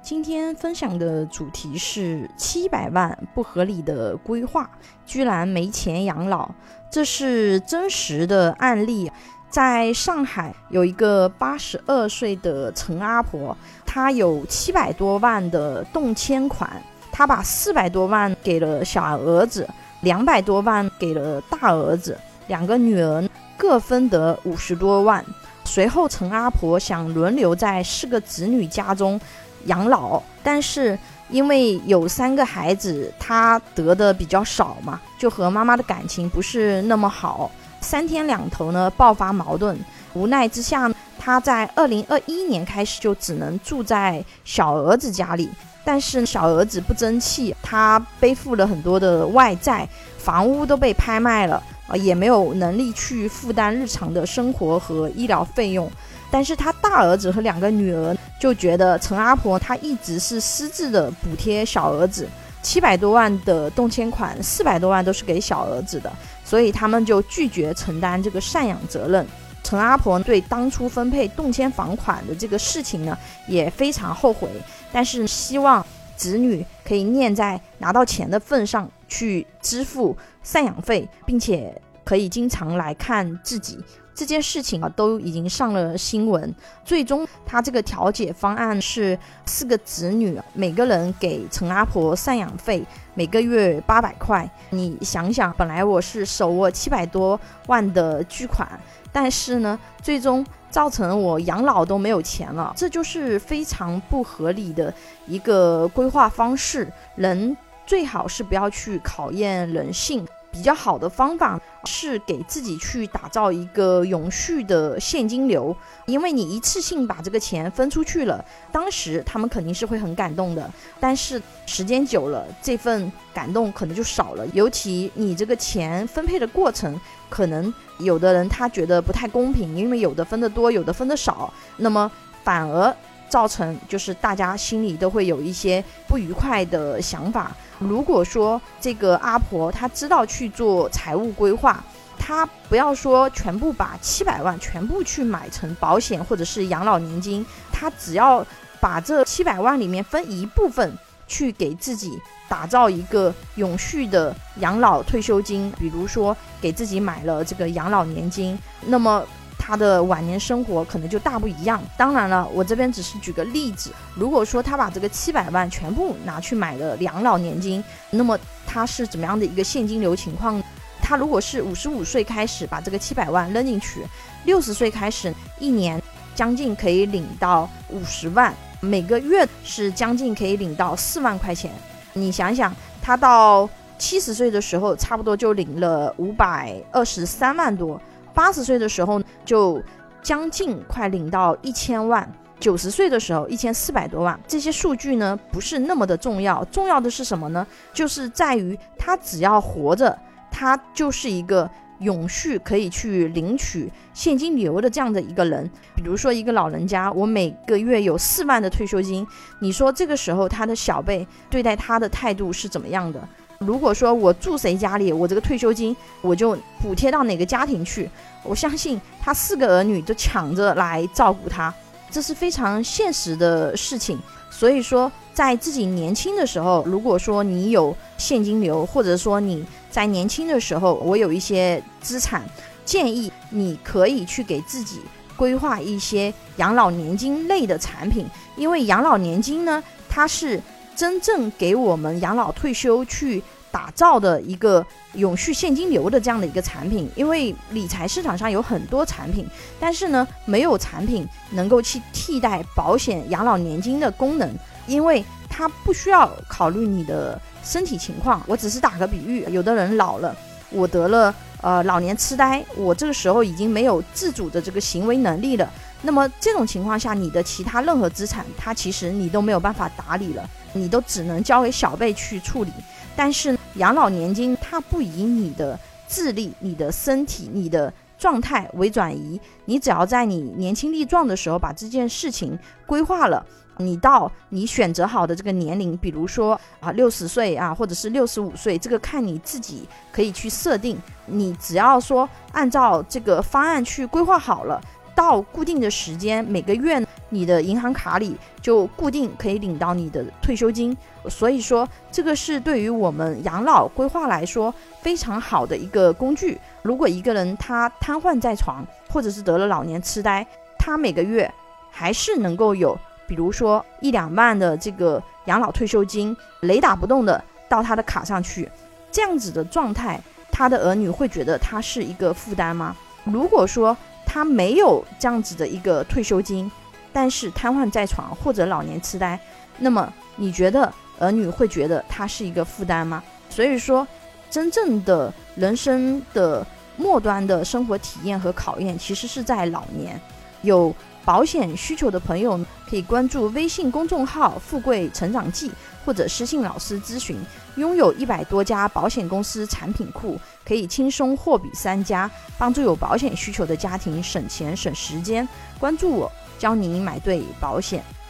今天分享的主题是700万不合理的规划，居然没钱养老。这是真实的案例。在上海有一个82岁的陈阿婆，她有700多万的动迁款，她把400多万给了小儿子，200多万给了大儿子，2个女儿各分得50多万。随后陈阿婆想轮流在4个子女家中养老，但是因为有3个孩子，她得的比较少嘛，就和妈妈的感情不是那么好。3天2头呢爆发矛盾，无奈之下，她在2021年开始就只能住在小儿子家里。但是小儿子不争气，他背负了很多的外债，房屋都被拍卖了，也没有能力去负担日常的生活和医疗费用。但是他大儿子和2个女儿就觉得陈阿婆她一直是私自的补贴小儿子，700多万的动迁款400多万都是给小儿子的，所以他们就拒绝承担这个赡养责任。陈阿婆对当初分配动迁房款的这个事情呢也非常后悔，但是希望子女可以念在拿到钱的份上去支付赡养费，并且可以经常来看自己。这件事情都已经上了新闻。最终他这个调解方案是4个子女每个人给陈阿婆赡养费每个月800块。你想想，本来我是手握700多万的巨款，但是呢最终造成我养老都没有钱了，这就是非常不合理的一个规划方式。人最好是不要去考验人性，比较好的方法是给自己去打造一个永续的现金流，因为你一次性把这个钱分出去了，当时他们肯定是会很感动的，但是时间久了，这份感动可能就少了。尤其你这个钱分配的过程，可能有的人他觉得不太公平，因为有的分得多，有的分得少，那么反而造成就是大家心里都会有一些不愉快的想法。如果说这个阿婆她知道去做财务规划，她不要说全部把700万全部去买成保险或者是养老年金，她只要把这700万里面分一部分去给自己打造一个永续的养老退休金，比如说给自己买了这个养老年金，那么他的晚年生活可能就大不一样。当然了，我这边只是举个例子，如果说他把这个700万全部拿去买了养老年金，那么他是怎么样的一个现金流情况？他如果是55岁开始把这个700万扔进去，60岁开始一年将近可以领到50万，每个月是将近可以领到4万块钱。你想想，他到70岁的时候差不多就领了523万多，80岁的时候就将近快领到1000万，90岁的时候1400多万。这些数据呢不是那么的重要，重要的是什么呢？就是在于他只要活着，他就是一个永续可以去领取现金流的这样的一个人。比如说一个老人家，我每个月有4万的退休金，你说这个时候他的小辈对待他的态度是怎么样的？如果说我住谁家里，我这个退休金我就补贴到哪个家庭去，我相信他4个儿女都抢着来照顾他，这是非常现实的事情。所以说在自己年轻的时候，如果说你有现金流，或者说你在年轻的时候我有一些资产，建议你可以去给自己规划一些养老年金类的产品。因为养老年金呢，它是真正给我们养老退休去打造的一个永续现金流的这样的一个产品。因为理财市场上有很多产品，但是呢没有产品能够去替代保险养老年金的功能，因为它不需要考虑你的身体情况。我只是打个比喻，有的人老了，我得了老年痴呆，我这个时候已经没有自主的这个行为能力了，那么这种情况下，你的其他任何资产它其实你都没有办法打理了，你都只能交给小辈去处理。但是养老年金它不以你的智力、你的身体、你的状态为转移，你只要在你年轻力壮的时候把这件事情规划了，你到你选择好的这个年龄，比如说60岁或者是65岁，这个看你自己可以去设定。你只要说按照这个方案去规划好了，到固定的时间，每个月你的银行卡里就固定可以领到你的退休金。所以说这个是对于我们养老规划来说非常好的一个工具。如果一个人他瘫痪在床，或者是得了老年痴呆，他每个月还是能够有比如说1-2万的这个养老退休金雷打不动的到他的卡上去，这样子的状态，他的儿女会觉得他是一个负担吗？如果说他没有这样子的一个退休金，但是瘫痪在床或者老年痴呆，那么你觉得儿女会觉得他是一个负担吗？所以说真正的人生的末端的生活体验和考验其实是在老年。有保险需求的朋友可以关注微信公众号富贵成长记，或者私信老师咨询。拥有100多家保险公司产品库，可以轻松货比3家，帮助有保险需求的家庭省钱省时间。关注我，教您买对保险。